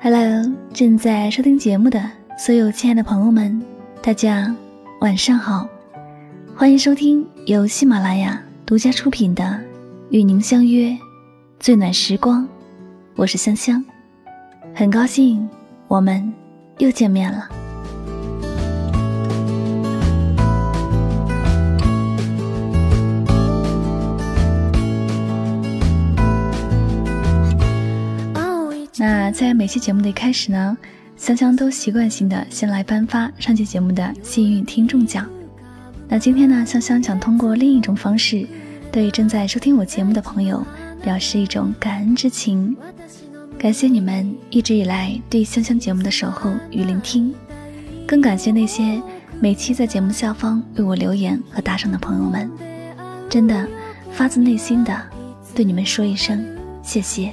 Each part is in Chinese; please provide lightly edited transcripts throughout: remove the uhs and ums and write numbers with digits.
Hello， 正在收听节目的所有亲爱的朋友们，大家晚上好，欢迎收听由喜马拉雅独家出品的《与您相约最暖时光》，我是香香，很高兴我们又见面了。那在每期节目的一开始呢，香香都习惯性的先来颁发上期节目的幸运听众奖。那今天呢，香香想通过另一种方式，对正在收听我节目的朋友表示一种感恩之情，感谢你们一直以来对香香节目的守候与聆听，更感谢那些每期在节目下方为我留言和打赏的朋友们，真的发自内心的对你们说一声谢谢。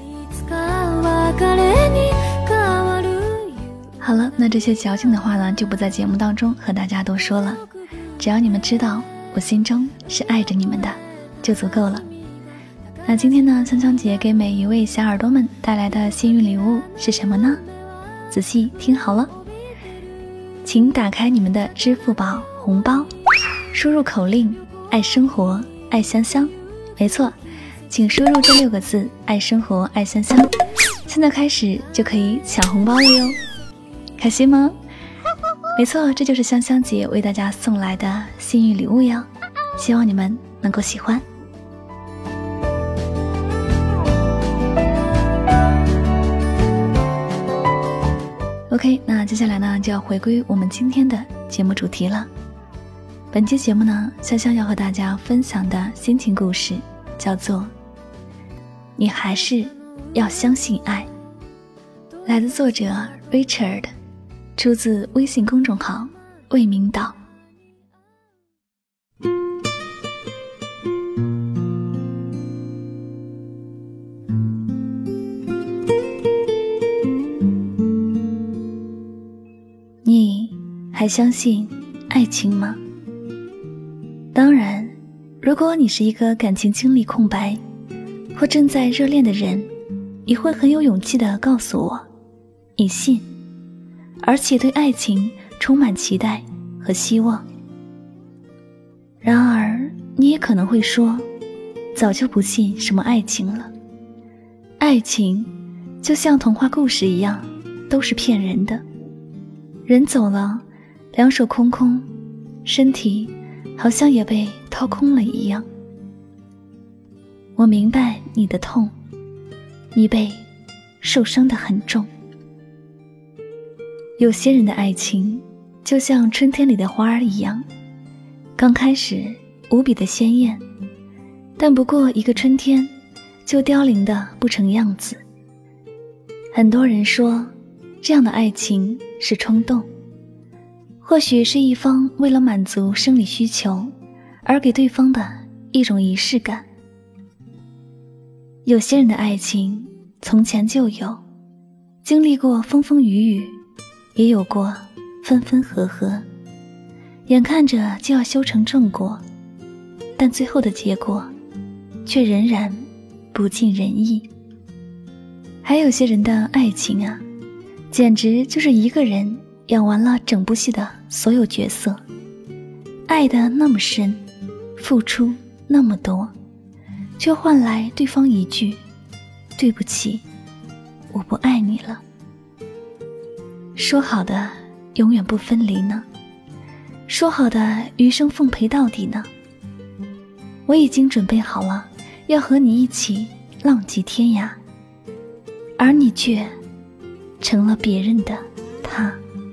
好了，那这些矫情的话呢，就不在节目当中和大家多说了，只要你们知道我心中是爱着你们的就足够了。那今天呢，香香姐给每一位小耳朵们带来的幸运礼物是什么呢？仔细听好了，请打开你们的支付宝红包，输入口令爱生活爱香香，没错，请输入这6个字爱生活爱香香，现在开始就可以抢红包了哟，开心吗？没错，这就是香香姐为大家送来的幸运礼物哟，希望你们能够喜欢。OK， 那接下来呢，就要回归我们今天的节目主题了。本期节目呢，香香要和大家分享的心情故事叫做你还是要相信爱，来自作者 Richard， 出自微信公众号魏明岛。你还相信爱情吗？当然，如果你是一个感情经历空白或正在热恋的人，你会很有勇气地告诉我你信，而且对爱情充满期待和希望。然而你也可能会说，早就不信什么爱情了，爱情就像童话故事一样，都是骗人的，人走了，两手空空，身体好像也被掏空了一样。我明白你的痛，你被受伤得很重。有些人的爱情就像春天里的花儿一样，刚开始无比的鲜艳，但不过一个春天就凋零得不成样子。很多人说这样的爱情是冲动，或许是一方为了满足生理需求而给对方的一种仪式感。有些人的爱情从前就有，经历过风风雨雨，也有过分分合合，眼看着就要修成正果，但最后的结果却仍然不尽人意。还有些人的爱情啊，简直就是一个人演完了整部戏的所有角色，爱得那么深，付出那么多，却换来对方一句对不起，我不爱你了。说好的永远不分离呢？说好的余生奉陪到底呢？我已经准备好了要和你一起浪迹天涯，而你却成了别人的他。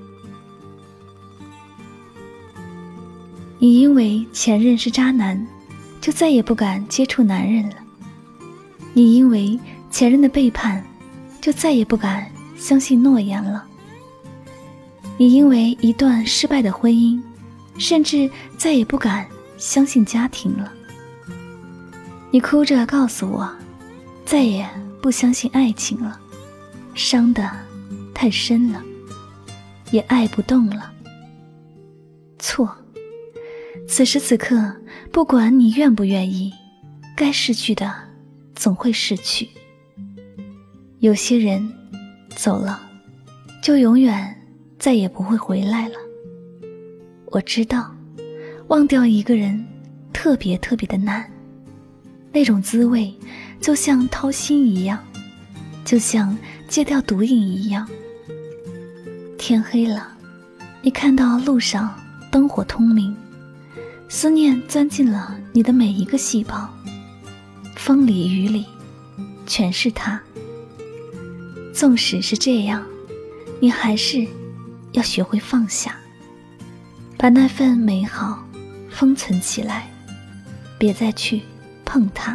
你因为前任是渣男，就再也不敢接触男人了。你因为前任的背叛，就再也不敢相信诺言了。你因为一段失败的婚姻，甚至再也不敢相信家庭了。你哭着告诉我，再也不相信爱情了，伤得太深了，也爱不动了。错，此时此刻，不管你愿不愿意，该逝去的总会逝去。有些人走了就永远再也不会回来了。我知道，忘掉一个人特别特别的难，那种滋味就像掏心一样，就像戒掉毒瘾一样。天黑了，你看到路上灯火通明，思念钻进了你的每一个细胞，风里雨里全是它。纵使是这样，你还是要学会放下，把那份美好封存起来，别再去碰它。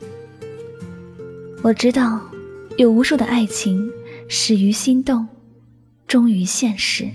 我知道有无数的爱情始于心动，终于现实，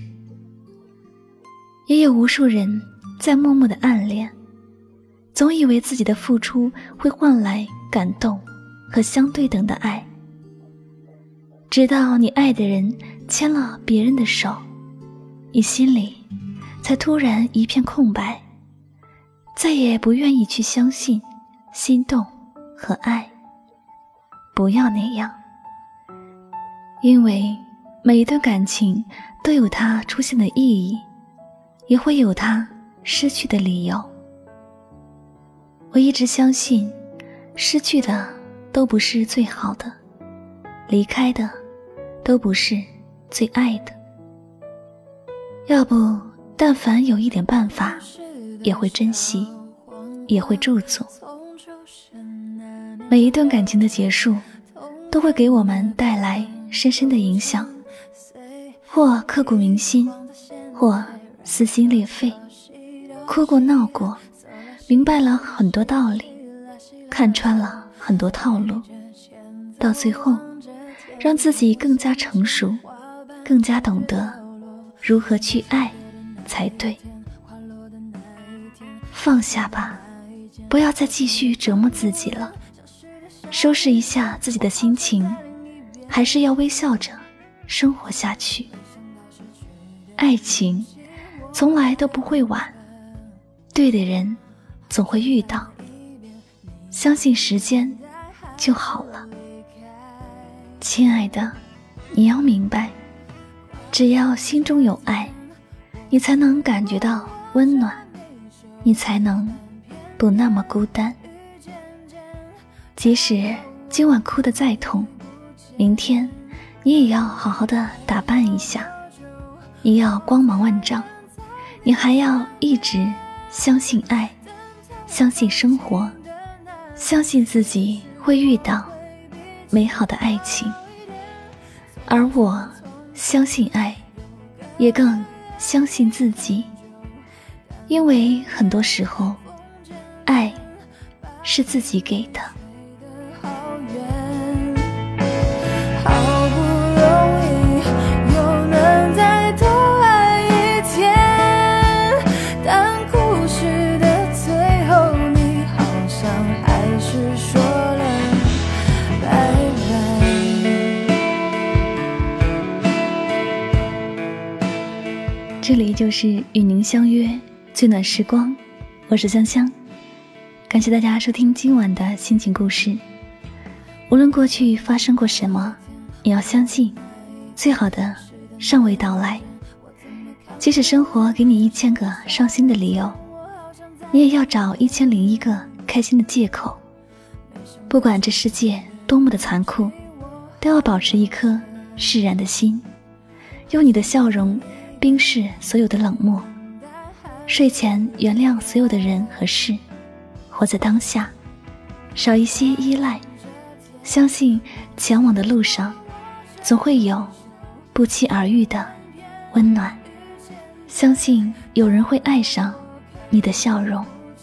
也有无数人在默默的暗恋，总以为自己的付出会换来感动和相对等的爱，直到你爱的人牵了别人的手，你心里才突然一片空白，再也不愿意去相信心动和爱。不要那样，因为每一段感情都有它出现的意义，也会有它失去的理由。我一直相信，失去的都不是最好的，离开的都不是最爱的。要不但凡有一点办法，也会珍惜，也会驻足。每一段感情的结束都会给我们带来深深的影响，或刻骨铭心，或撕心裂肺，哭过闹过，明白了很多道理，看穿了很多套路，到最后让自己更加成熟，更加懂得如何去爱才对。放下吧，不要再继续折磨自己了，收拾一下自己的心情，还是要微笑着生活下去。爱情从来都不会晚，对的人总会遇到，相信时间就好了。亲爱的，你要明白，只要心中有爱，你才能感觉到温暖，你才能不那么孤单。即使今晚哭得再痛，明天你也要好好的打扮一下，你要光芒万丈，你还要一直相信爱，相信生活，相信自己会遇到美好的爱情。而我相信爱，也更相信自己，因为很多时候爱是自己给的。这里就是与您相约最暖时光，我是香香，感谢大家收听今晚的心情故事。无论过去发生过什么，你要相信最好的尚未到来。即使生活给你1000个伤心的理由，你也要找1001个开心的借口。不管这世界多么的残酷，都要保持一颗释然的心，用你的笑容冰释所有的冷漠。睡前原谅所有的人和事，活在当下，少一些依赖，相信前往的路上总会有不期而遇的温暖，相信有人会爱上你的笑容。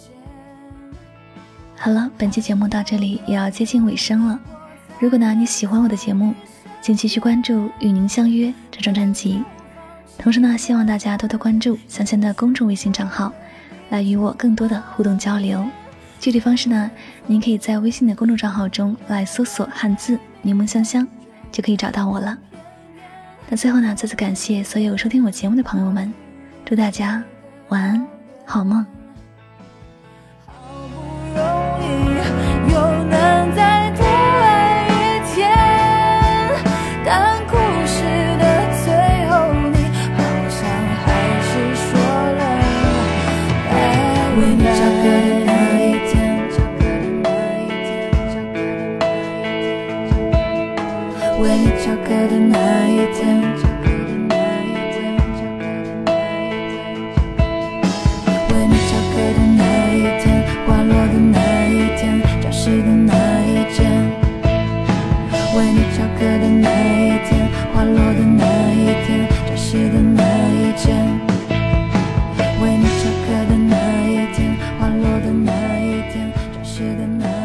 好了，本期节目到这里也要接近尾声了。如果呢你喜欢我的节目，请继续关注与您相约这张专辑。同时呢，希望大家多多关注香香的公众微信账号，来与我更多的互动交流。具体方式呢，您可以在微信的公众账号中来搜索汉字柠檬香香，就可以找到我了。那最后呢，再次感谢所有收听我节目的朋友们，祝大家晚安，好梦。 但故事的最为你翘课的那一天，为你翘课的那一天，花落的那一天，教室的那一间，为你翘课的那一天，花落的那一天，教室的那一间，为你翘课的那一天，花落的那一天，教室的那一天。